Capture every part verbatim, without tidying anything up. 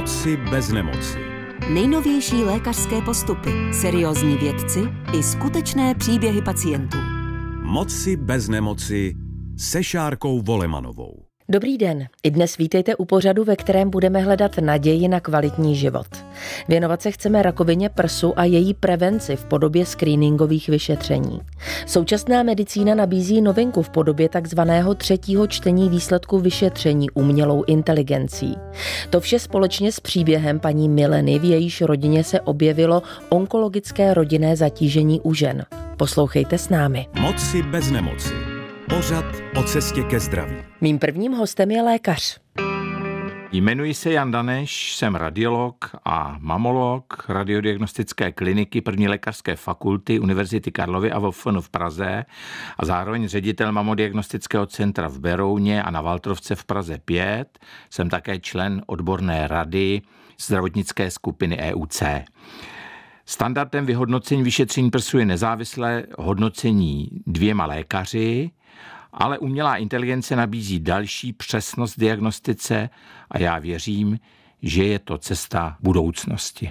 Moci bez nemoci. Nejnovější lékařské postupy, seriózní vědci i skutečné příběhy pacientů. Moci bez nemoci se Šárkou Volemanovou. Dobrý den, i dnes vítejte u pořadu, ve kterém budeme hledat naději na kvalitní život. Věnovat se chceme rakovině prsu a její prevenci v podobě screeningových vyšetření. Současná medicína nabízí novinku v podobě takzvaného třetího čtení výsledku vyšetření umělou inteligencí. To vše společně s příběhem paní Mileny, v jejíž rodině se objevilo onkologické rodinné zatížení u žen. Poslouchejte s námi. Moci bez nemoci. Pořad o cestě ke zdraví. Mým prvním hostem je lékař. Jmenuji se Jan Daneš, jsem radiolog a mamolog radiodiagnostické kliniky první lékařské fakulty Univerzity Karlovy a V F N v Praze a zároveň ředitel mamodiagnostického centra v Berouně a na Valtrovce v Praze pět. Jsem také člen odborné rady zdravotnické skupiny E U C. Standardem vyhodnocení vyšetření prsu je nezávislé hodnocení dvěma lékaři, ale umělá inteligence nabízí další přesnost diagnostice a já věřím, že je to cesta budoucnosti.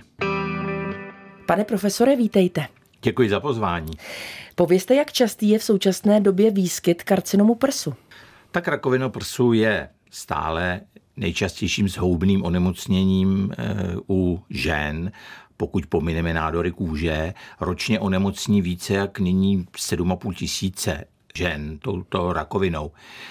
Pane profesore, vítejte. Děkuji za pozvání. Povězte, jak častý je v současné době výskyt karcinomu prsu? Tak rakovina prsu je stále nejčastějším zhoubným onemocněním u žen. Pokud pomineme nádory kůže, ročně onemocní více jak nyní sedm a půl tisíce žen touto rakovinou.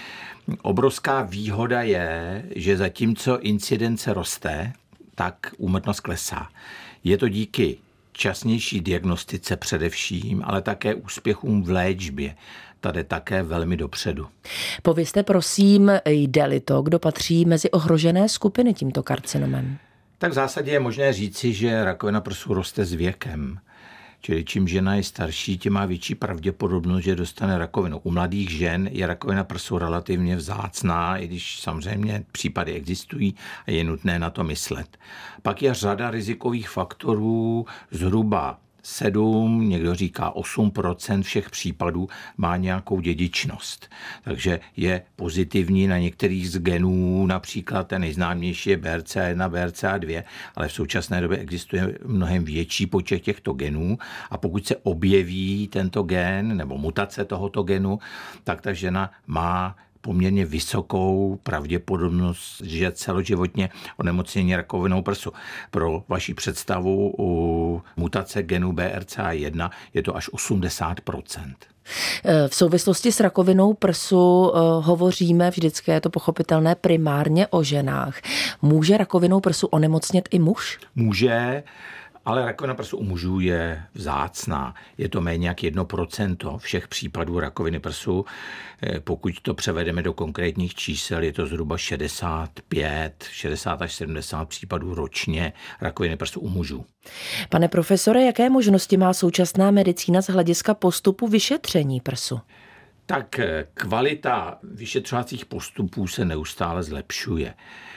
Obrovská výhoda je, že zatímco incidence roste, tak úmrtnost klesá. Je to díky časnější diagnostice především, ale také úspěchům v léčbě. Tady také velmi dopředu. Povězte prosím, jde-li to, kdo patří mezi ohrožené skupiny tímto karcinomem? Tak v zásadě je možné říci, že rakovina prsu roste s věkem. Čili čím žena je starší, tím má větší pravděpodobnost, že dostane rakovinu. U mladých žen je rakovina prsu relativně vzácná, i když samozřejmě případy existují a je nutné na to myslet. Pak je řada rizikových faktorů, zhruba sedm, někdo říká osm procent všech případů má nějakou dědičnost. Takže je pozitivní na některých z genů, například ten nejznámější je B R C A jedna, B R C A dva, ale v současné době existuje mnohem větší počet těchto genů a pokud se objeví tento gen nebo mutace tohoto genu, tak ta žena má poměrně vysokou pravděpodobnost, že celoživotně onemocnění rakovinou prsu. Pro vaši představu u mutace genu B R C A jedna je to až osmdesát procent. V souvislosti s rakovinou prsu hovoříme, vždycky je to pochopitelné, primárně o ženách. Může rakovinou prsu onemocnět i muž? Může, ale rakovina prsu u mužů je vzácná. Je to méně jak jedno procento všech případů rakoviny prsu. Pokud to převedeme do konkrétních čísel, je to zhruba šedesát pět, šedesát až sedmdesát případů ročně rakoviny prsu u mužů. Pane profesore, jaké možnosti má současná medicína z hlediska postupu vyšetření prsu? Tak kvalita vyšetřovacích postupů se neustále zlepšuje.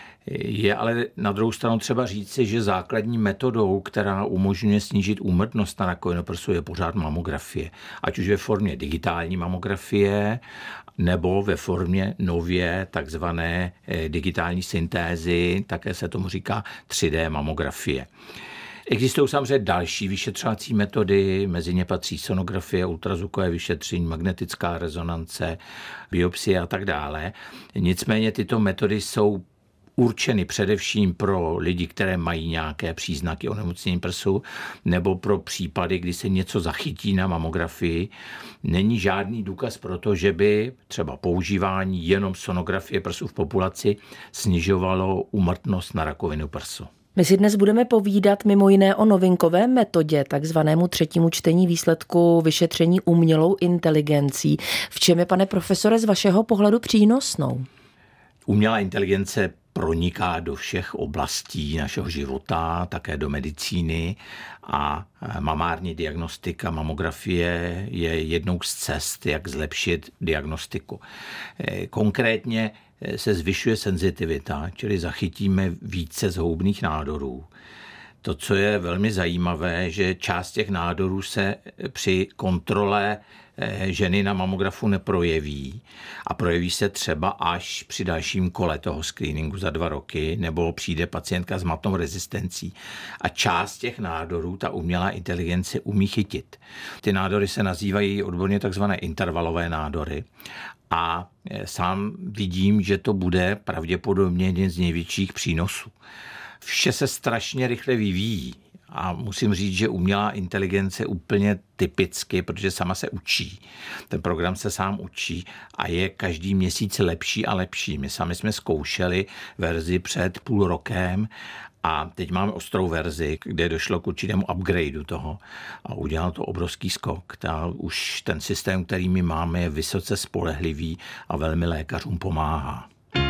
Je ale na druhou stranu třeba říci, že základní metodou, která umožňuje snížit úmrtnost na rakovinu prsu, je pořád mamografie. Ať už ve formě digitální mamografie, nebo ve formě nově takzvané digitální syntézy, také se tomu říká tři dé mamografie. Existují samozřejmě další vyšetřovací metody, mezi ně patří sonografie, ultrazvukové vyšetření, magnetická rezonance, biopsie a tak dále. Nicméně tyto metody jsou určeny především pro lidi, které mají nějaké příznaky onemocnění prsu, nebo pro případy, kdy se něco zachytí na mamografii. Není žádný důkaz pro to, že by třeba používání jenom sonografie prsu v populaci snižovalo úmrtnost na rakovinu prsu. My si dnes budeme povídat mimo jiné o novinkové metodě, takzvanému třetímu čtení výsledku vyšetření umělou inteligencí. V čem je, pane profesore, z vašeho pohledu přínosnou? Umělá inteligence proniká do všech oblastí našeho života, také do medicíny a mamární diagnostika, mamografie je jednou z cest, jak zlepšit diagnostiku. Konkrétně se zvyšuje senzitivita, čili zachytíme více zhoubných nádorů. To, co je velmi zajímavé, že část těch nádorů se při kontrole ženy na mamografu neprojeví a projeví se třeba až při dalším kole toho screeningu za dva roky, nebo přijde pacientka s matnou rezistencí a část těch nádorů ta umělá inteligence umí chytit. Ty nádory se nazývají odborně takzvané intervalové nádory a sám vidím, že to bude pravděpodobně jeden z největších přínosů. Vše se strašně rychle vyvíjí. A musím říct, že umělá inteligence úplně typicky, protože sama se učí. Ten program se sám učí a je každý měsíc lepší a lepší. My sami jsme zkoušeli verzi před půl rokem a teď máme ostrou verzi, kde došlo k určitému upgradeu toho a udělal to obrovský skok. Ta, už ten systém, který my máme, je vysoce spolehlivý a velmi lékařům pomáhá.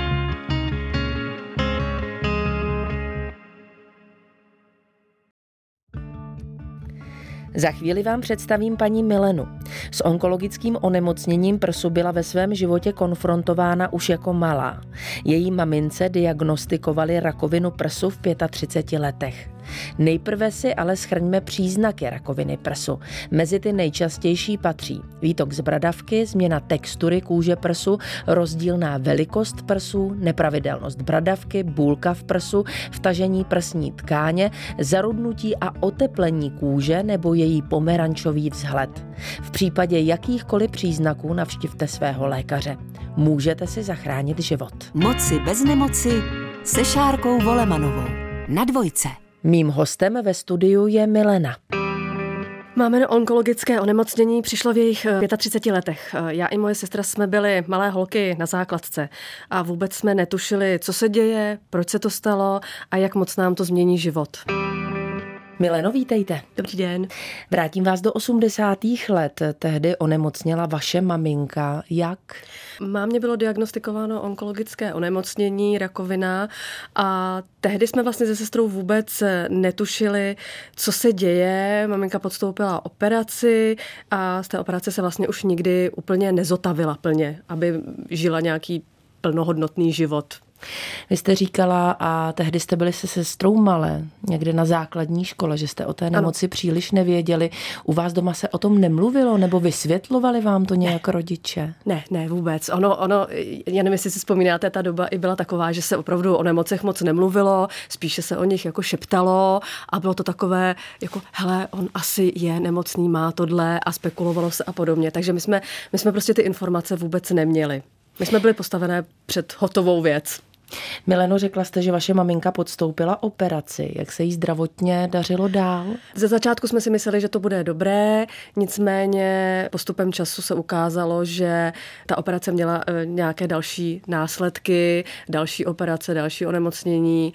Za chvíli vám představím paní Milenu. S onkologickým onemocněním prsu byla ve svém životě konfrontována už jako malá. Její mamince diagnostikovali rakovinu prsu v třiceti pěti letech. Nejprve si ale shrňme příznaky rakoviny prsu. Mezi ty nejčastější patří výtok z bradavky, změna textury kůže prsu, rozdílná velikost prsu, nepravidelnost bradavky, bůlka v prsu, vtažení prsní tkáně, zarudnutí a oteplení kůže nebo její pomerančový vzhled. V případě jakýchkoliv příznaků navštivte svého lékaře. Můžete si zachránit život. Moci bez nemoci se Šárkou Volemanovou na Dvojce. Mým hostem ve studiu je Milena. Máme onkologické onemocnění, přišlo v jejich třiceti pěti letech. Já i moje sestra jsme byli malé holky na základce a vůbec jsme netušili, co se děje, proč se to stalo a jak moc nám to změní život. Mileno, vítejte. Dobrý den. Vrátím vás do osmdesátých let. Tehdy onemocněla vaše maminka. Jak? Mámě bylo diagnostikováno onkologické onemocnění, rakovina a tehdy jsme vlastně se sestrou vůbec netušili, co se děje. Maminka podstoupila operaci a z té operace se vlastně už nikdy úplně nezotavila plně, aby žila nějaký plnohodnotný život. Vy jste říkala, a tehdy jste byli se sestrou malé, někde na základní škole, že jste o té nemoci ano. příliš nevěděli. U vás doma se o tom nemluvilo, nebo vysvětlovali vám to nějak ne. rodiče? Ne, ne, vůbec. Ono, ono, já nevím, jestli si vzpomínáte, ta doba i byla taková, že se opravdu o nemocech moc nemluvilo, spíše se o nich jako šeptalo a bylo to takové, jako hele, on asi je nemocný, má tohle a spekulovalo se a podobně. Takže my jsme, my jsme prostě ty informace vůbec neměli. My jsme byli postavené před hotovou věc. Mileno, řekla jste, že vaše maminka podstoupila operaci. Jak se jí zdravotně dařilo dál? Ze začátku jsme si mysleli, že to bude dobré, nicméně postupem času se ukázalo, že ta operace měla nějaké další následky, další operace, další onemocnění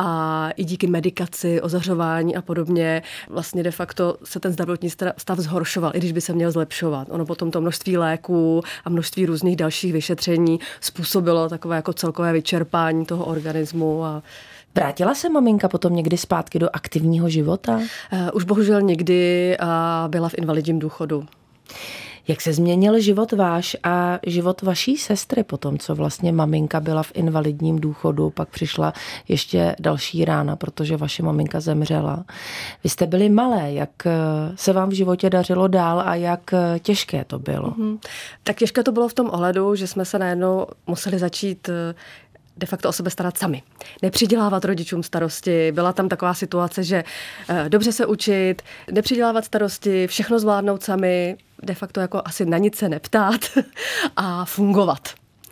a i díky medikaci, ozařování a podobně vlastně de facto se ten zdravotní stav zhoršoval, i když by se měl zlepšovat. Ono potom to množství léků a množství různých dalších vyšetření způsobilo takové jako celkové vyčerpání toho organismu. A vrátila se maminka potom někdy zpátky do aktivního života? Už bohužel někdy a byla v invalidním důchodu. Jak se změnil život váš a život vaší sestry po tom, co vlastně maminka byla v invalidním důchodu, pak přišla ještě další rána, protože vaše maminka zemřela. Vy jste byli malé, jak se vám v životě dařilo dál a jak těžké to bylo? Mm-hmm. Tak těžké to bylo v tom ohledu, že jsme se najednou museli začít de facto o sebe starat sami. Nepřidělávat rodičům starosti. Byla tam taková situace, že dobře se učit, nepřidělávat starosti, všechno zvládnout sami, de facto jako asi na nic se neptát a fungovat.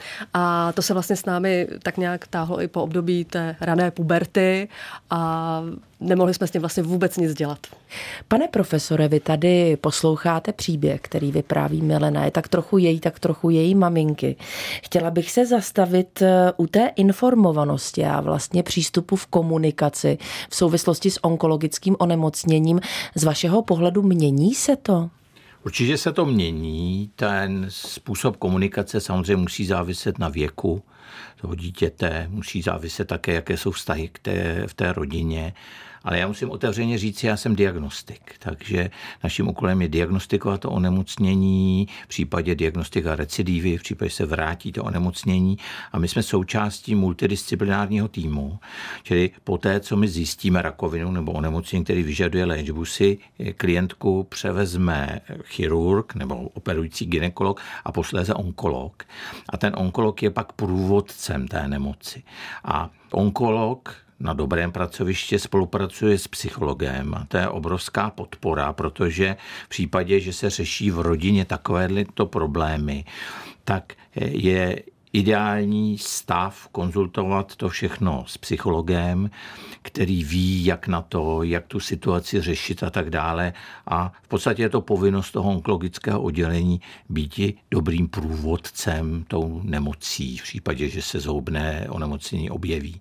A to se vlastně s námi tak nějak táhlo i po období té rané puberty a nemohli jsme s tím vlastně vůbec nic dělat. Pane profesore, vy tady posloucháte příběh, který vypráví Milena. Je tak trochu její, tak trochu její maminky. Chtěla bych se zastavit u té informovanosti a vlastně přístupu v komunikaci v souvislosti s onkologickým onemocněním. Z vašeho pohledu mění se to? Určitě se to mění. Ten způsob komunikace samozřejmě musí záviset na věku, toho dítěte, musí záviset také, jaké jsou vztahy k té, v té rodině. Ale já musím otevřeně říct, já jsem diagnostik, takže naším úkolem je diagnostikovat to onemocnění, v případě diagnostika recidivy, v případě, že se vrátí to onemocnění. A my jsme součástí multidisciplinárního týmu, čili poté, co my zjistíme rakovinu nebo onemocnění, který vyžaduje léčbu, si klientku převezme chirurg nebo operující gynekolog a posléze onkolog. A ten onkolog je pak průvodcem té nemoci. A onkolog na dobrém pracovišti spolupracuje s psychologem a to je obrovská podpora, protože v případě, že se řeší v rodině takovéto problémy, tak je ideální stav konzultovat to všechno s psychologem, který ví, jak na to, jak tu situaci řešit a tak dále. A v podstatě je to povinnost toho onkologického oddělení být dobrým průvodcem tou nemocí v případě, že se zhoubné onemocnění objeví.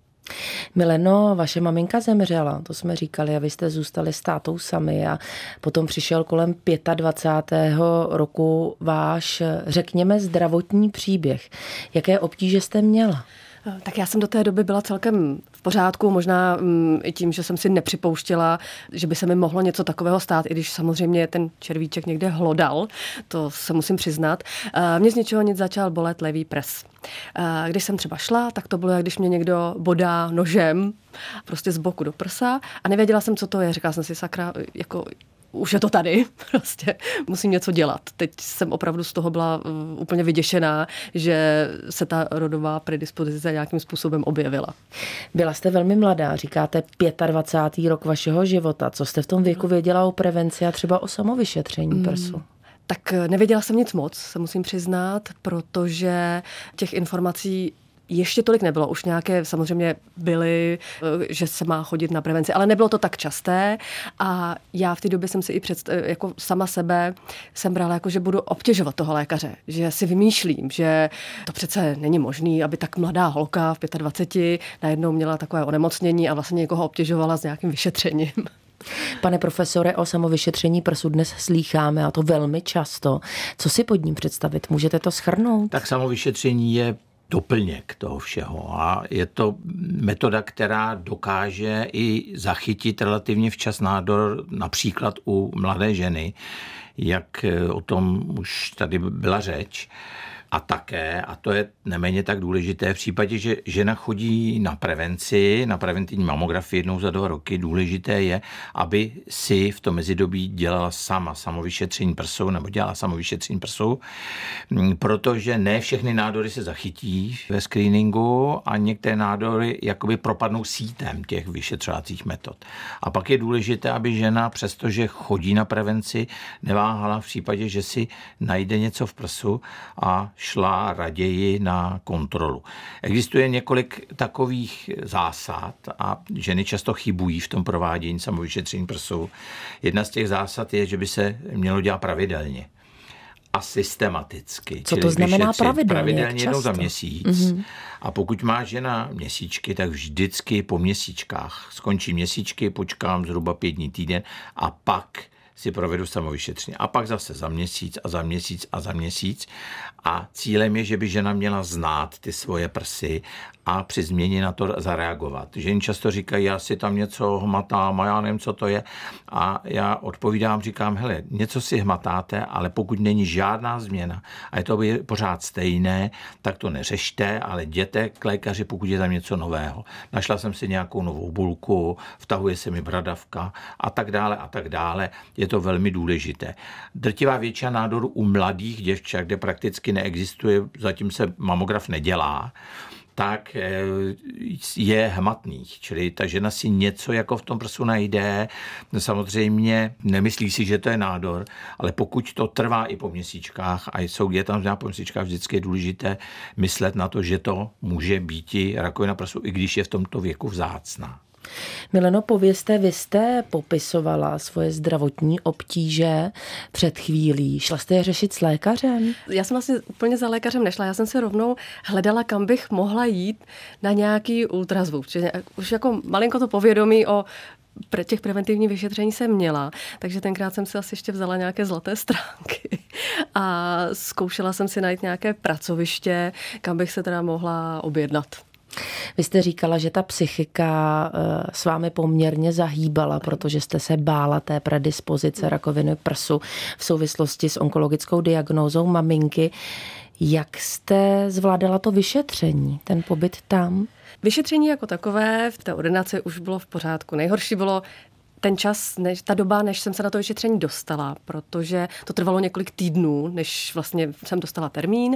Mileno, vaše maminka zemřela, to jsme říkali, a vy jste zůstali s tátou sami a potom přišel kolem dvacátého pátého roku váš, řekněme, zdravotní příběh. Jaké obtíže jste měla? Tak já jsem do té doby byla celkem v pořádku, možná i tím, že jsem si nepřipouštěla, že by se mi mohlo něco takového stát, i když samozřejmě ten červíček někde hlodal, to se musím přiznat. Mě z ničeho nic začal bolet levý pres. Když jsem třeba šla, tak to bylo, jak když mě někdo bodá nožem prostě z boku do prsa a nevěděla jsem, co to je. Říkala jsem si, sakra, jako už je to tady, prostě musím něco dělat. Teď jsem opravdu z toho byla úplně vyděšená, že se ta rodová predispozice nějakým způsobem objevila. Byla jste velmi mladá, říkáte dvacátý pátý rok vašeho života. Co jste v tom věku věděla o prevenci a třeba o samovyšetření prsu? Hmm. Tak nevěděla jsem nic moc, se musím přiznat, protože těch informací ještě tolik nebylo. Už nějaké samozřejmě byly, že se má chodit na prevenci, ale nebylo to tak časté a já v té době jsem si i před, jako sama sebe jsem brala, jako, že budu obtěžovat toho lékaře, že si vymýšlím, že to přece není možný, aby tak mladá holka v dvaceti pěti najednou měla takové onemocnění a vlastně někoho obtěžovala s nějakým vyšetřením. Pane profesore, o samovyšetření prsu dnes slýcháme a to velmi často. Co si pod ním představit? Můžete to shrnout? Tak samovyšetření je doplněk toho všeho a je to metoda, která dokáže i zachytit relativně včas nádor například u mladé ženy, jak o tom už tady byla řeč. A také, a to je neméně tak důležité, v případě, že žena chodí na prevenci, na preventivní mamografii jednou za dva roky, důležité je, aby si v tom mezidobí dělala sama samovyšetření prsu, nebo dělala samovyšetření prsu, protože ne všechny nádory se zachytí ve screeningu a některé nádory jakoby propadnou sítem těch vyšetřovacích metod. A pak je důležité, aby žena, přestože chodí na prevenci, neváhala v případě, že si najde něco v prsu a šla raději na kontrolu. Existuje několik takových zásad a ženy často chybují v tom provádění samovyšetření prsu. Jedna z těch zásad je, že by se mělo dělat pravidelně a systematicky. Co to znamená pravidelně? Pravidelně jednou za měsíc. Mm-hmm. A pokud má žena měsíčky, tak vždycky po měsíčkách. Skončí měsíčky, počkám zhruba pět dní, týden a pak si provedu samovyšetření. A pak zase za měsíc a za měsíc a za měsíc. A cílem je, že by žena měla znát ty svoje prsy a při změně na to zareagovat. Ženy často říkají, já si tam něco hmatám a já nevím, co to je. A já odpovídám, říkám, hele, něco si hmatáte, ale pokud není žádná změna a je to pořád stejné, tak to neřešte, ale jděte k lékaři, pokud je tam něco nového. Našla jsem si nějakou novou bulku, vtahuje se mi bradavka a tak dále a tak dále. Je to velmi důležité. Drtivá většina nádorů u mladých děvčat, kde prakticky neexistuje, zatím se mamograf nedělá, tak je hmatných. Čili ta žena si něco jako v tom prsu najde. Samozřejmě nemyslí si, že to je nádor, ale pokud to trvá i po měsíčkách a jsou, je tam po měsíčkách, vždycky je důležité myslet na to, že to může být i rakovina prsu, i když je v tomto věku vzácná. Mileno, povězte, vy jste popisovala svoje zdravotní obtíže před chvílí. Šla jste je řešit s lékařem? Já jsem vlastně úplně za lékařem nešla. Já jsem se rovnou hledala, kam bych mohla jít na nějaký ultrazvuk. Čiže už jako malinko to povědomí o těch preventivních vyšetření jsem měla, takže tenkrát jsem si asi ještě vzala nějaké zlaté stránky a zkoušela jsem si najít nějaké pracoviště, kam bych se teda mohla objednat. Vy jste říkala, že ta psychika s vámi poměrně zahýbala, protože jste se bála té predispozice rakoviny prsu v souvislosti s onkologickou diagnózou maminky. Jak jste zvládala to vyšetření, ten pobyt tam? Vyšetření jako takové v té ordinaci už bylo v pořádku. Nejhorší bylo ten čas, než, ta doba, než jsem se na to vyšetření dostala, protože to trvalo několik týdnů, než vlastně jsem dostala termín.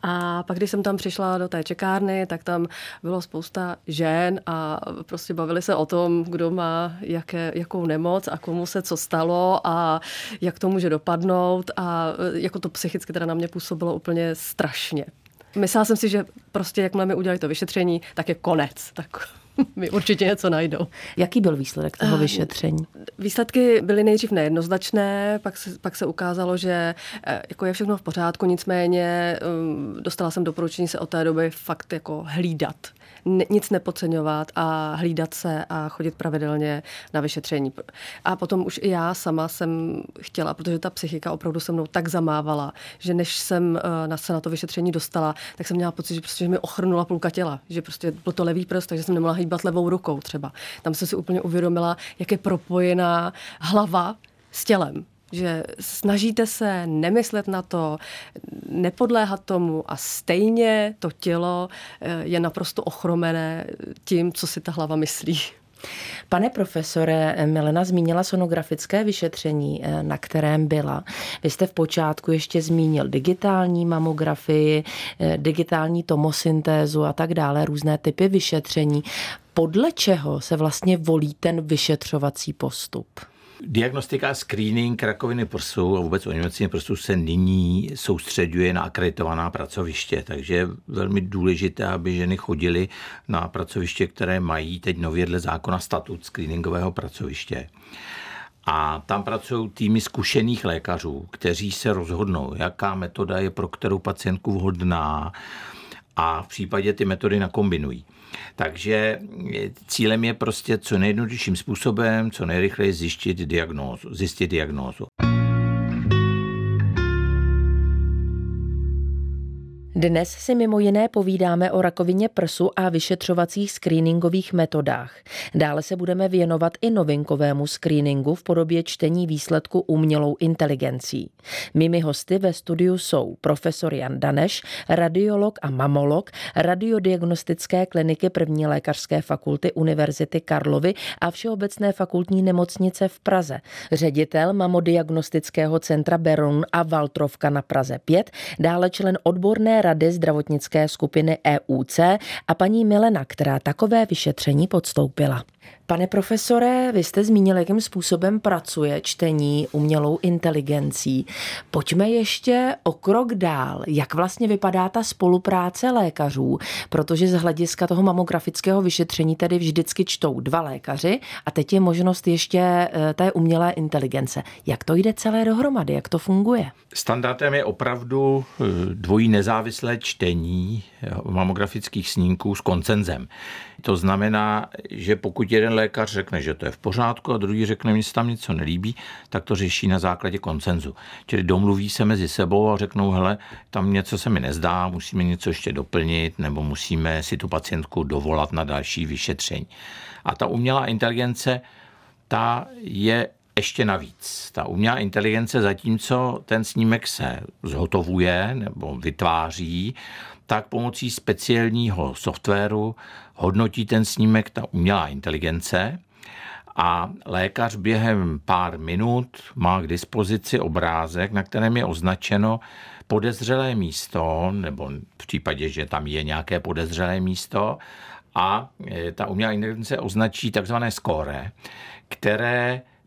A pak, když jsem tam přišla do té čekárny, tak tam bylo spousta žen a prostě bavili se o tom, kdo má jaké, jakou nemoc a komu se co stalo a jak to může dopadnout. A jako to psychicky teda na mě působilo úplně strašně. Myslela jsem si, že prostě jakmile mi udělali to vyšetření, tak je konec. Tak mi určitě něco najdou. Jaký byl výsledek toho vyšetření? Výsledky byly nejdřív nejednoznačné, pak se, pak se ukázalo, že jako je všechno v pořádku, nicméně dostala jsem doporučení se od té doby fakt jako hlídat. Nic nepodceňovat a hlídat se a chodit pravidelně na vyšetření. A potom už i já sama jsem chtěla, protože ta psychika opravdu se mnou tak zamávala, že než jsem se na to vyšetření dostala, tak jsem měla pocit, že prostě mi ochrnula půlka těla, že prostě byl to levý prst, takže jsem nemohla hýbat levou rukou třeba. Tam jsem si úplně uvědomila, jak je propojená hlava s tělem. Že snažíte se nemyslet na to, nepodléhat tomu a stejně to tělo je naprosto ochromené tím, co si ta hlava myslí. Pane profesore, Milena zmínila sonografické vyšetření, na kterém byla. Vy jste v počátku ještě zmínil digitální mamografii, digitální tomosyntézu a tak dále, různé typy vyšetření. Podle čeho se vlastně volí ten vyšetřovací postup? Diagnostika a screening rakoviny prsu a vůbec onemocnění prsu se nyní soustředuje na akreditovaná pracoviště, takže je velmi důležité, aby ženy chodily na pracoviště, které mají teď nově dle zákona statut screeningového pracoviště. A tam pracují týmy zkušených lékařů, kteří se rozhodnou, jaká metoda je pro kterou pacientku vhodná a v případě ty metody nakombinují. Takže cílem je prostě co nejjednodušším způsobem, co nejrychleji zjistit diagnózu. Zjistit diagnózu. Dnes si mimo jiné povídáme o rakovině prsu a vyšetřovacích screeningových metodách. Dále se budeme věnovat i novinkovému screeningu v podobě čtení výsledku umělou inteligencí. Mými hosty ve studiu jsou profesor Jan Daneš, radiolog a mamolog radiodiagnostické kliniky první lékařské fakulty Univerzity Karlovy a Všeobecné fakultní nemocnice v Praze, ředitel mamodiagnostického centra Beroun a Waltrovka na Praze pět, dále člen odborné rady zdravotnické skupiny E U C a paní Milena, která takové vyšetření podstoupila. Pane profesore, vy jste zmínil, jakým způsobem pracuje čtení umělou inteligencí. Pojďme ještě o krok dál. Jak vlastně vypadá ta spolupráce lékařů? Protože z hlediska toho mamografického vyšetření tedy vždycky čtou dva lékaři a teď je možnost ještě té umělé inteligence. Jak to jde celé dohromady? Jak to funguje? Standardem je opravdu dvojí nezávislé čtení mamografických snímků s konsenzem. To znamená, že pokud jeden lékař řekne, že to je v pořádku a druhý řekne, že se tam něco nelíbí, tak to řeší na základě konsenzu. Čili domluví se mezi sebou a řeknou, hele, tam něco se mi nezdá, musíme něco ještě doplnit nebo musíme si tu pacientku dovolat na další vyšetření. A ta umělá inteligence, ta je ještě navíc. Ta umělá inteligence, zatímco ten snímek se zhotovuje nebo vytváří, tak pomocí speciálního softwaru hodnotí ten snímek ta umělá inteligence a lékař během pár minut má k dispozici obrázek, na kterém je označeno podezřelé místo, nebo v případě, že tam je nějaké podezřelé místo, a ta umělá inteligence označí takzvané skóre, které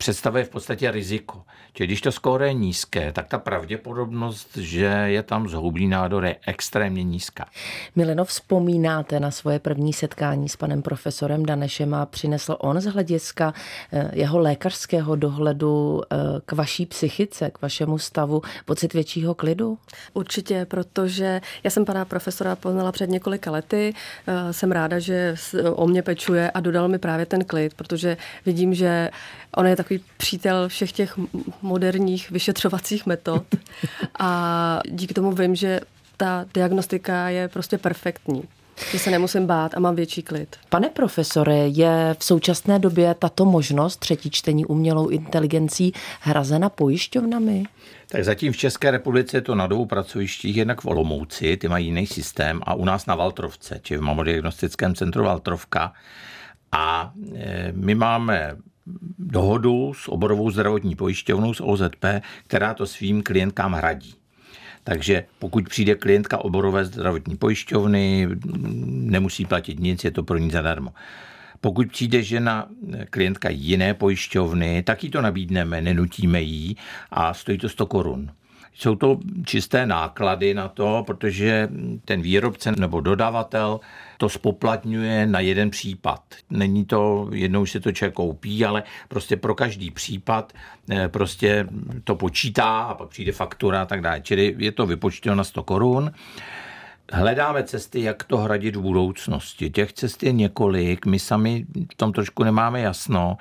představuje v podstatě riziko. Čili když to skóre je nízké, tak ta pravděpodobnost, že je tam zhoubný nádor, je extrémně nízká. Mileno, vzpomínáte na svoje první setkání s panem profesorem Danešem a přinesl on z hlediska jeho lékařského dohledu k vaší psychice, k vašemu stavu pocit většího klidu? Určitě, protože já jsem pana profesora poznala před několika lety. Jsem ráda, že o mě pečuje a dodal mi právě ten klid, protože vidím, že on je takový přítel všech těch moderních vyšetřovacích metod a díky tomu vím, že ta diagnostika je prostě perfektní. Že se nemusím bát a mám větší klid. Pane profesore, je v současné době tato možnost třetí čtení umělou inteligencí hrazena pojišťovnami? Tak zatím v České republice je to na dvou pracovištích, jednak v Olomouci, ty mají jiný systém, a u nás na Valtrovce, či v Mamodiagnostickém centru Valtrovka. A my máme dohodu s oborovou zdravotní pojišťovnou, s O Z P, která to svým klientkám hradí. Takže pokud přijde klientka oborové zdravotní pojišťovny, nemusí platit nic, je to pro ní zadarmo. Pokud přijde žena, klientka jiné pojišťovny, tak jí to nabídneme, nenutíme jí a stojí to sto korun. Jsou to čisté náklady na to, protože ten výrobce nebo dodavatel to spoplatňuje na jeden případ. Není to, jednou si to člověk koupí, ale prostě pro každý případ prostě to počítá a pak přijde faktura a tak dále. Čili je to vypočteno na sto korun. Hledáme cesty, jak to hradit v budoucnosti. Těch cest je několik, my sami v tom trošku nemáme jasno.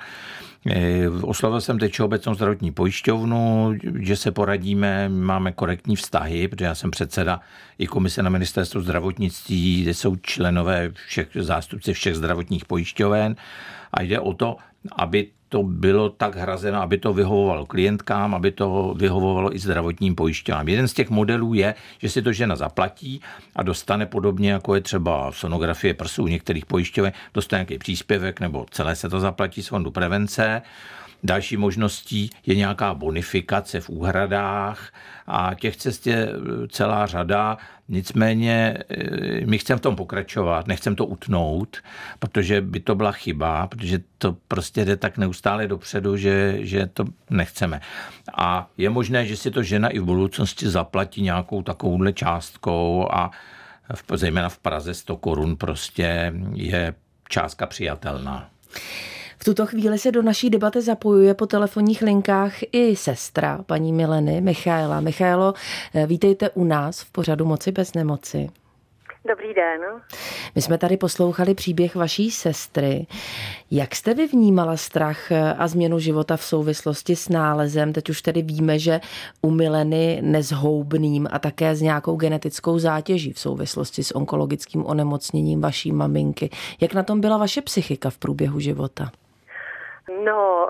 Oslovil jsem teď Všeobecnou zdravotní pojišťovnu, že se poradíme, máme korektní vztahy, protože já jsem předseda i komise na ministerstvu zdravotnictví, kde jsou členové všech zástupci všech zdravotních pojišťoven a jde o to, aby to bylo tak hrazeno, aby to vyhovovalo klientkám, aby to vyhovovalo i zdravotním pojišťovnám. Jeden z těch modelů je, že si to žena zaplatí a dostane podobně, jako je třeba sonografie prsu u některých pojišťoven, dostane nějaký příspěvek nebo celé se to zaplatí z fondu prevence. Další možností je nějaká bonifikace v úhradách a těch cest je celá řada. Nicméně my chceme v tom pokračovat, nechceme to utnout, protože by to byla chyba, protože to prostě jde tak neustále dopředu, že, že to nechceme. A je možné, že si to žena i v budoucnosti zaplatí nějakou takovouhle částkou a v, zejména v Praze sto korun prostě je částka přijatelná. V tuto chvíli se do naší debaty zapojuje po telefonních linkách i sestra paní Mileny, Michaela. Michaelo, vítejte u nás v pořadu Moci bez nemoci. Dobrý den. My jsme tady poslouchali příběh vaší sestry. Jak jste vy vnímala strach a změnu života v souvislosti s nálezem? Teď už tedy víme, že u Mileny nezhoubným a také s nějakou genetickou zátěží v souvislosti s onkologickým onemocněním vaší maminky. Jak na tom byla vaše psychika v průběhu života? No,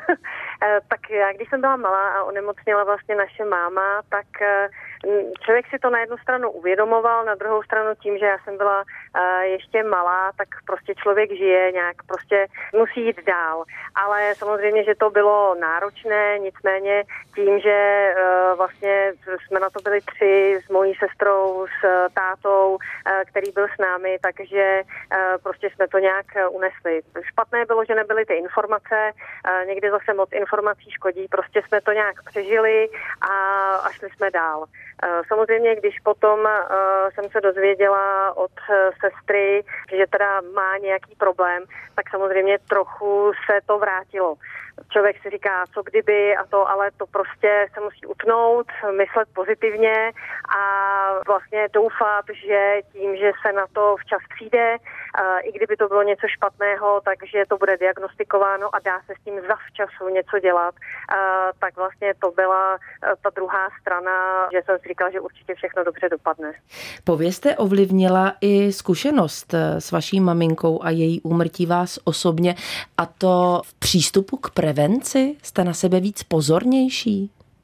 tak já, když jsem byla malá a onemocněla vlastně naše máma, tak člověk si to na jednu stranu uvědomoval, na druhou stranu tím, že já jsem byla ještě malá, tak prostě člověk žije, nějak prostě musí jít dál. Ale samozřejmě, že to bylo náročné, nicméně tím, že vlastně jsme na to byli tři s mojí sestrou, s tátou, který byl s námi, takže prostě jsme to nějak unesli. Špatné bylo, že nebyly ty informace, někdy zase moc informací škodí, prostě jsme to nějak přežili a, a šli jsme dál. Samozřejmě, když potom jsem se dozvěděla od sestry, že teda má nějaký problém, tak samozřejmě trochu se to vrátilo. Člověk si říká, co kdyby a to, ale to prostě se musí utnout, myslet pozitivně a vlastně doufat, že tím, že se na to včas přijde, i kdyby to bylo něco špatného, takže to bude diagnostikováno a dá se s tím zavčasu něco dělat, tak vlastně to byla ta druhá strana, že jsem si říkala, že určitě všechno dobře dopadne. Povězte, ovlivnila i zkušenost s vaší maminkou a její úmrtí vás osobně, a to v přístupu k prevenci? Jste na sebe víc pozornější?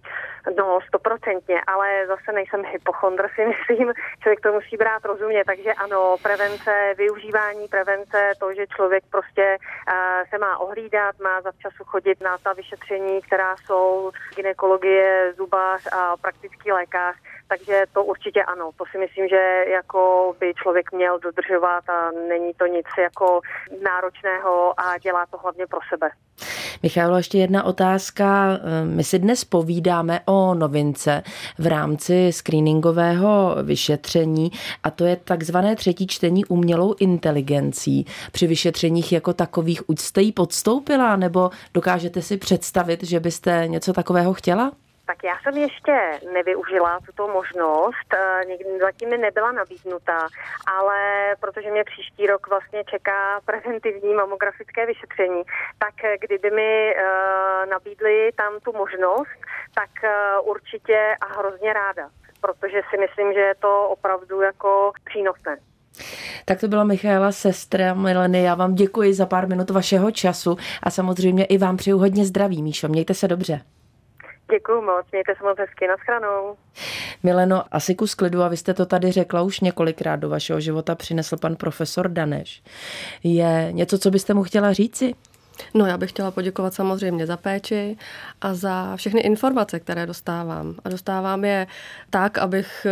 No, stoprocentně, ale zase nejsem hypochondr, si myslím, člověk to musí brát rozumně, takže ano, prevence, využívání prevence, to, že člověk prostě uh, se má ohlídat, má zavčasu chodit na ta vyšetření, která jsou gynekologie, zubař a praktický lékař, takže to určitě ano, to si myslím, že jako by člověk měl dodržovat a není to nic jako náročného a dělá to hlavně pro sebe. Michaelo, ještě jedna otázka. My si dnes povídáme o novince v rámci screeningového vyšetření a to je takzvané třetí čtení umělou inteligencí. Při vyšetřeních jako takových už jste ji podstoupila nebo dokážete si představit, že byste něco takového chtěla? Tak já jsem ještě nevyužila tuto možnost, nikdy zatím mi nebyla nabídnuta, ale protože mě příští rok vlastně čeká preventivní mamografické vyšetření, tak kdyby mi nabídli tam tu možnost, tak určitě a hrozně ráda, protože si myslím, že je to opravdu jako přínosné. Tak to byla Michaela, sestra Mileny. Já vám děkuji za pár minut vašeho času a samozřejmě i vám přeju hodně zdraví, Míšo. Mějte se dobře. Děkuju moc, mějte se moc hezky, nashledanou. Mileno, asi kus klidu, a vy jste to tady řekla už několikrát, do vašeho života přinesl pan profesor Daneš. Je něco, co byste mu chtěla říci? No, já bych chtěla poděkovat samozřejmě za péči a za všechny informace, které dostávám. A dostávám je tak, abych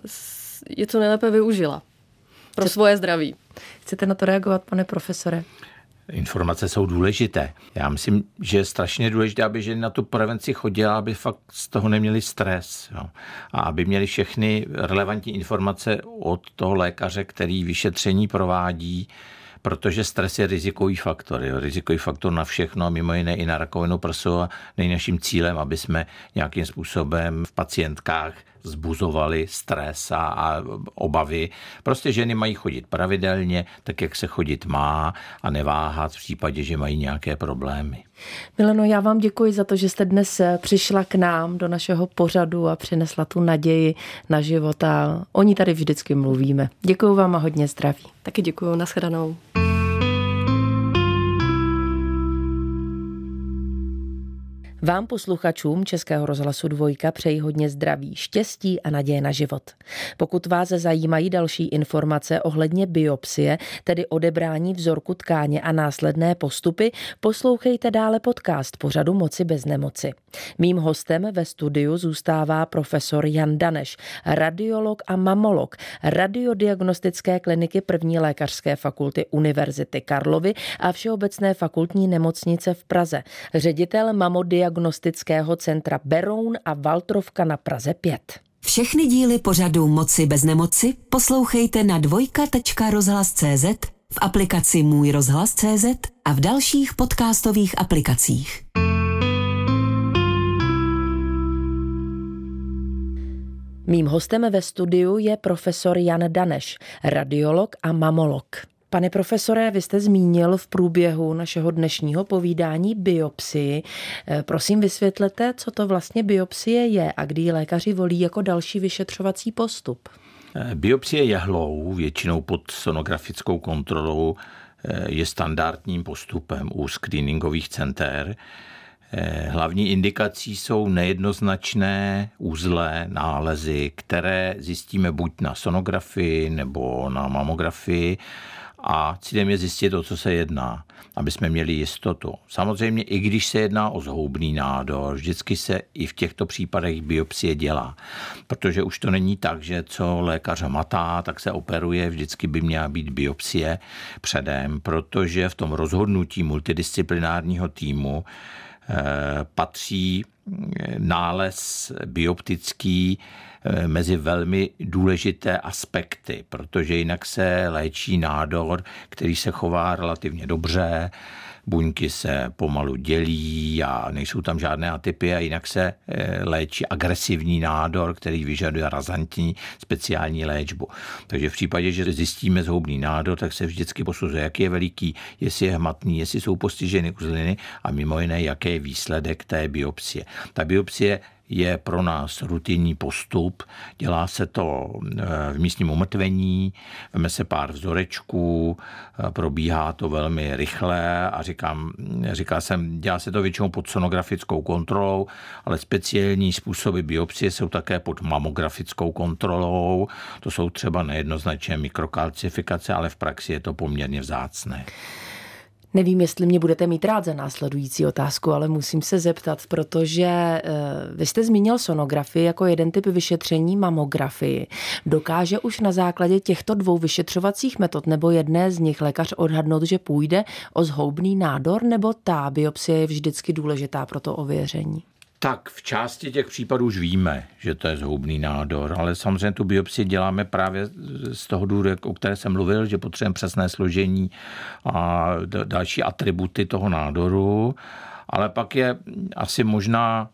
je co nejlépe využila pro Chce... svoje zdraví. Chcete na to reagovat, pane profesore? Informace jsou důležité. Já myslím, že je strašně důležité, aby ženy na tu prevenci chodila, aby fakt z toho neměli stres. Jo. A aby měli všechny relevantní informace od toho lékaře, který vyšetření provádí, protože stres je rizikový faktor. Jo. Rizikový faktor na všechno a mimo jiné i na rakovinu prsu a není naším cílem, aby jsme nějakým způsobem v pacientkách zbuzovali stres a, a obavy. Prostě ženy mají chodit pravidelně, tak jak se chodit má a neváhat v případě, že mají nějaké problémy. Mileno, já vám děkuji za to, že jste dnes přišla k nám do našeho pořadu a přinesla tu naději na život a o ní tady vždycky mluvíme. Děkuji vám a hodně zdraví. Taky děkuji, nashledanou. Vám posluchačům Českého rozhlasu Dvojka přeji hodně zdraví, štěstí a naděje na život. Pokud vás zajímají další informace ohledně biopsie, tedy odebrání vzorku tkáně a následné postupy, poslouchejte dále podcast pořadu Moci bez nemoci. Mým hostem ve studiu zůstává profesor Jan Daneš, radiolog a mamolog radiodiagnostické kliniky první lékařské fakulty Univerzity Karlovy a Všeobecné fakultní nemocnice v Praze, ředitel mamodiagnostického centra Beroun a Waltrovka na Praze pět. Všechny díly pořadu Moci bez nemoci poslouchejte na dvojka tečka rozhlas tečka cé zet, v aplikaci Můj rozhlas tečka cé zet a v dalších podcastových aplikacích. Mým hostem ve studiu je profesor Jan Daneš, radiolog a mamolog. Pane profesore, vy jste zmínil v průběhu našeho dnešního povídání biopsii. Prosím vysvětlete, co to vlastně biopsie je a kdy ji lékaři volí jako další vyšetřovací postup. Biopsie jehlou, většinou pod sonografickou kontrolou, je standardním postupem u screeningových center. Hlavní indikací jsou nejednoznačné uzlé nálezy, které zjistíme buď na sonografii nebo na mamografii a cílem je zjistit, o co se jedná, aby jsme měli jistotu. Samozřejmě i když se jedná o zhoubný nádor, vždycky se i v těchto případech biopsie dělá, protože už to není tak, že co lékař matá, tak se operuje, vždycky by měla být biopsie předem, protože v tom rozhodnutí multidisciplinárního týmu patří nález bioptický mezi velmi důležité aspekty, protože jinak se léčí nádor, který se chová relativně dobře, buňky se pomalu dělí a nejsou tam žádné atypie a jinak se léčí agresivní nádor, který vyžaduje razantní speciální léčbu. Takže v případě, že zjistíme zhoubný nádor, tak se vždycky posuzuje, jaký je veliký, jestli je hmatný, jestli jsou postiženy uzliny a mimo jiné, jaký je výsledek té biopsie. Ta biopsie je pro nás rutinní postup, dělá se to v místním umrtvení, veme se pár vzorečků, probíhá to velmi rychle a říkám, říkal jsem, dělá se to většinou pod sonografickou kontrolou, ale speciální způsoby biopsie jsou také pod mamografickou kontrolou, to jsou třeba nejednoznačné mikrokalcifikace, ale v praxi je to poměrně vzácné. Nevím, jestli mě budete mít rád za následující otázku, ale musím se zeptat, protože vy jste zmínil sonografii jako jeden typ vyšetření, mamografii. Dokáže už na základě těchto dvou vyšetřovacích metod nebo jedné z nich lékař odhadnout, že půjde o zhoubný nádor, nebo ta biopsie je vždycky důležitá pro to ověření? Tak v části těch případů už víme, že to je zhoubný nádor, ale samozřejmě tu biopsii děláme právě z toho důvodu, o které jsem mluvil, že potřebujeme přesné složení a další atributy toho nádoru, ale pak je asi možná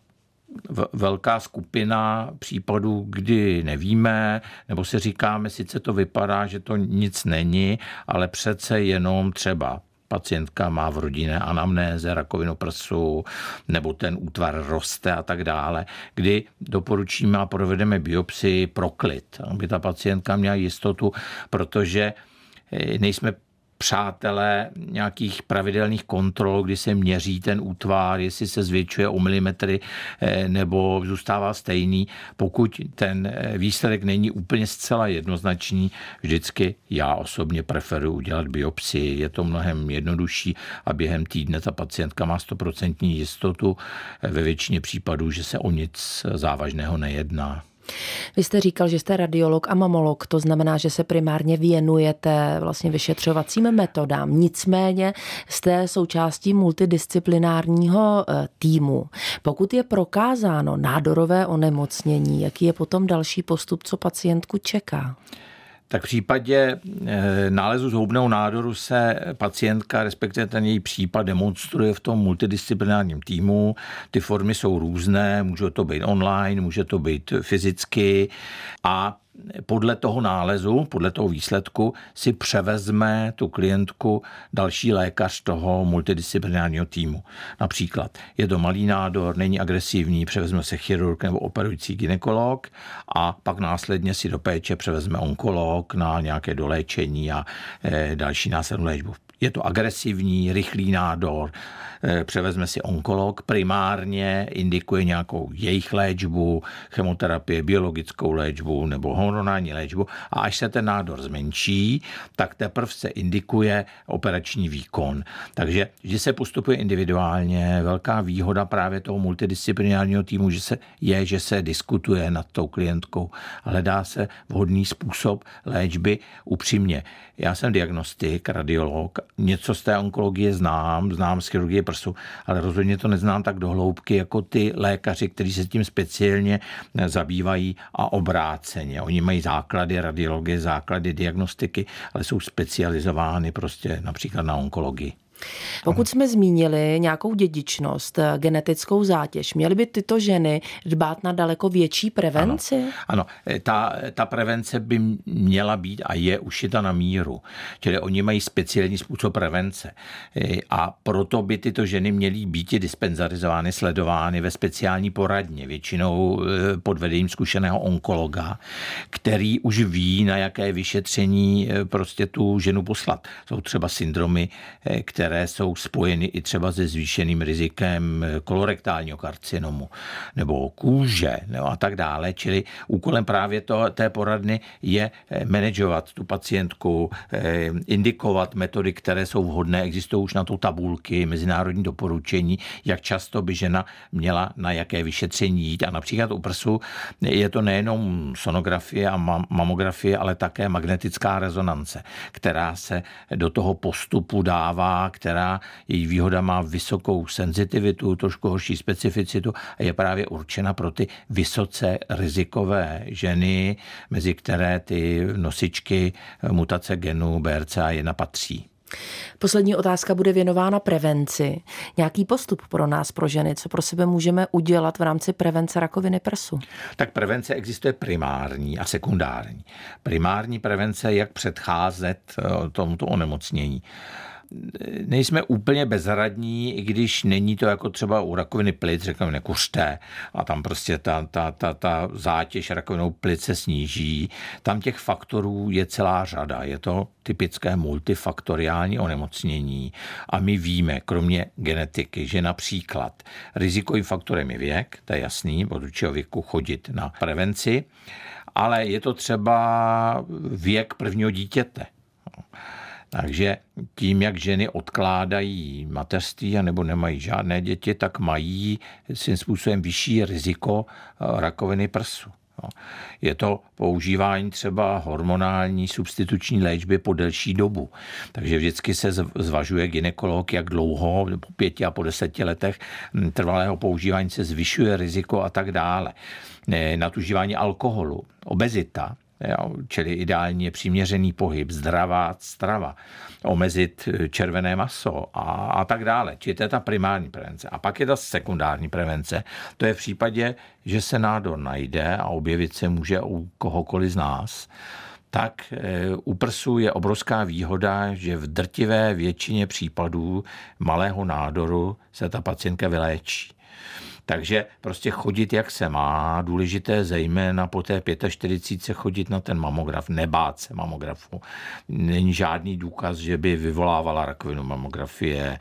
velká skupina případů, kdy nevíme, nebo si říkáme, sice to vypadá, že to nic není, ale přece jenom třeba pacientka má v rodinné anamnéze rakovinu prsu, nebo ten útvar roste a tak dále, kdy doporučíme a provedeme biopsii pro klid, aby ta pacientka měla jistotu, protože nejsme přátelé nějakých pravidelných kontrol, kdy se měří ten útvar, jestli se zvětšuje o milimetry nebo zůstává stejný. Pokud ten výsledek není úplně zcela jednoznačný, vždycky já osobně preferuji udělat biopsii. Je to mnohem jednodušší a během týdne ta pacientka má stoprocentní jistotu ve většině případů, že se o nic závažného nejedná. Vy jste říkal, že jste radiolog a mamolog, to znamená, že se primárně věnujete vlastně vyšetřovacím metodám. Nicméně jste součástí multidisciplinárního týmu. Pokud je prokázáno nádorové onemocnění, jaký je potom další postup, co pacientku čeká? Tak v případě nálezu zhoubného nádoru se pacientka, respektive ten její případ, demonstruje v tom multidisciplinárním týmu. Ty formy jsou různé, může to být online, může to být fyzicky a podle toho nálezu, podle toho výsledku si převezme tu klientku další lékař toho multidisciplinárního týmu. Například je to malý nádor, není agresivní, převezme se chirurg nebo operující gynekolog a pak následně si do péče převezme onkolog na nějaké doléčení a další následnou léčbu. Je to agresivní, rychlý nádor, převezme si onkolog, primárně indikuje nějakou jejich léčbu, chemoterapie, biologickou léčbu nebo hormonální léčbu a až se ten nádor zmenší, tak teprve se indikuje operační výkon. Takže vždy se postupuje individuálně. Velká výhoda právě toho multidisciplinárního týmu že se, je, že se diskutuje nad tou klientkou a hledá se vhodný způsob léčby upřímně. Já jsem diagnostik, radiolog, něco z té onkologie znám, znám z chirurgie prsu, ale rozhodně to neznám tak do hloubky jako ty lékaři, kteří se tím speciálně zabývají a obráceně. Oni mají základy radiologie, základy diagnostiky, ale jsou specializovány prostě například na onkologii. Pokud jsme zmínili nějakou dědičnost, genetickou zátěž, měly by tyto ženy dbát na daleko větší prevenci? Ano, ano. Ta, ta prevence by měla být a je ušita na míru. Čili oni mají speciální způsob prevence. A proto by tyto ženy měly být dispenzarizovány, sledovány ve speciální poradně, většinou pod vedením zkušeného onkologa, který už ví, na jaké vyšetření prostě tu ženu poslat. Jsou třeba syndromy, které které jsou spojeny i třeba se zvýšeným rizikem kolorektálního karcinomu nebo kůže nebo a tak dále. Čili úkolem právě to, té poradny je manažovat tu pacientku, indikovat metody, které jsou vhodné. Existují už na to tabulky, mezinárodní doporučení, jak často by žena měla na jaké vyšetření jít. A například u prsu je to nejenom sonografie a mamografie, ale také magnetická rezonance, která se do toho postupu dává, která její výhoda má vysokou senzitivitu, trošku horší specificitu a je právě určena pro ty vysoce rizikové ženy, mezi které ty nosičky mutace genu B R C A jedna patří. Poslední otázka bude věnována prevenci. Nějaký postup pro nás, pro ženy, co pro sebe můžeme udělat v rámci prevence rakoviny prsu? Tak prevence existuje primární a sekundární. Primární prevence, jak předcházet tomuto onemocnění. nejsme úplně bezradní, i když není to jako třeba u rakoviny plic, řekněme, nekuřte a tam prostě ta, ta, ta, ta zátěž rakovinou plic se sníží. Tam těch faktorů je celá řada. Je to typické multifaktoriální onemocnění a my víme, kromě genetiky, že například rizikovým faktorem je věk, to je jasný, od určitého věku chodit na prevenci, ale je to třeba věk prvního dítěte. Takže tím, jak ženy odkládají mateřství anebo nemají žádné děti, tak mají svým způsobem vyšší riziko rakoviny prsu. Je to používání třeba hormonální substituční léčby po delší dobu. Takže vždycky se zvažuje gynekolog, jak dlouho, po pěti a po deseti letech trvalého používání se zvyšuje riziko a tak dále. Nadužívání alkoholu, obezita, čili ideálně přiměřený pohyb, zdravá strava, omezit červené maso a, a tak dále. Čili to je ta primární prevence. A pak je ta sekundární prevence. To je v případě, že se nádor najde a objevit se může u kohokoliv z nás. Tak u prsu je obrovská výhoda, že v drtivé většině případů malého nádoru se ta pacientka vyléčí. Takže prostě chodit, jak se má, důležité zejména po té čtyřicítce pět chodit na ten mamograf, nebát se mamografu. Není žádný důkaz, že by vyvolávala rakovinu mamografie.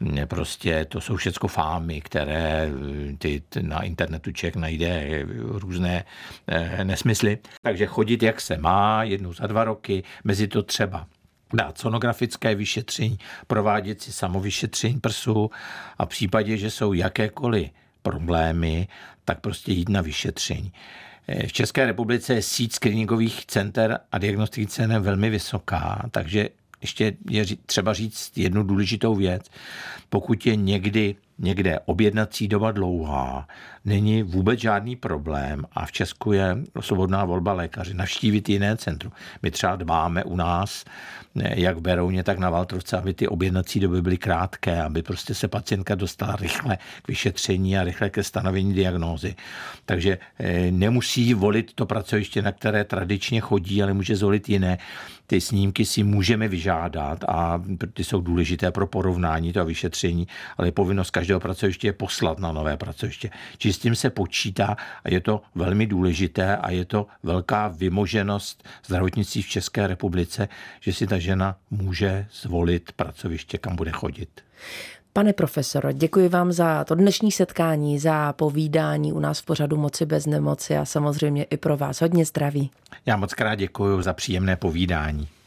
Prostě to jsou všechno fámy, které ty, na internetu člověk najde různé eh, nesmysly. Takže chodit, jak se má, jednou za dva roky, mezi to třeba dát sonografické vyšetření, provádět si samovyšetření prsu a v případě, že jsou jakékoliv problémy, tak prostě jít na vyšetření. V České republice je síť screeningových center a diagnostických center velmi vysoká, takže ještě je třeba říct jednu důležitou věc. Pokud je někdy někde objednací doba dlouhá, není vůbec žádný problém a v Česku je svobodná volba lékaři navštívit jiné centrum. My třeba dbáme u nás, jak v Berouně, tak na Valtrovce, aby ty objednací doby byly krátké, aby prostě se pacientka dostala rychle k vyšetření a rychle ke stanovení diagnózy. Takže nemusí volit to pracoviště, na které tradičně chodí, ale může zvolit jiné. Ty snímky si můžeme vyžádat a ty jsou důležité pro porovnání toho vyšetření, ale povinnost každého pracoviště je poslat na nové pracoviště. Či s tím se počítá a je to velmi důležité a je to velká vymoženost zdravotnictví v České republice, že si ta žena může zvolit pracoviště, kam bude chodit. Pane profesoro, děkuji vám za to dnešní setkání, za povídání u nás v pořadu Moci bez nemoci a samozřejmě i pro vás hodně zdraví. Já moc krát děkuji za příjemné povídání.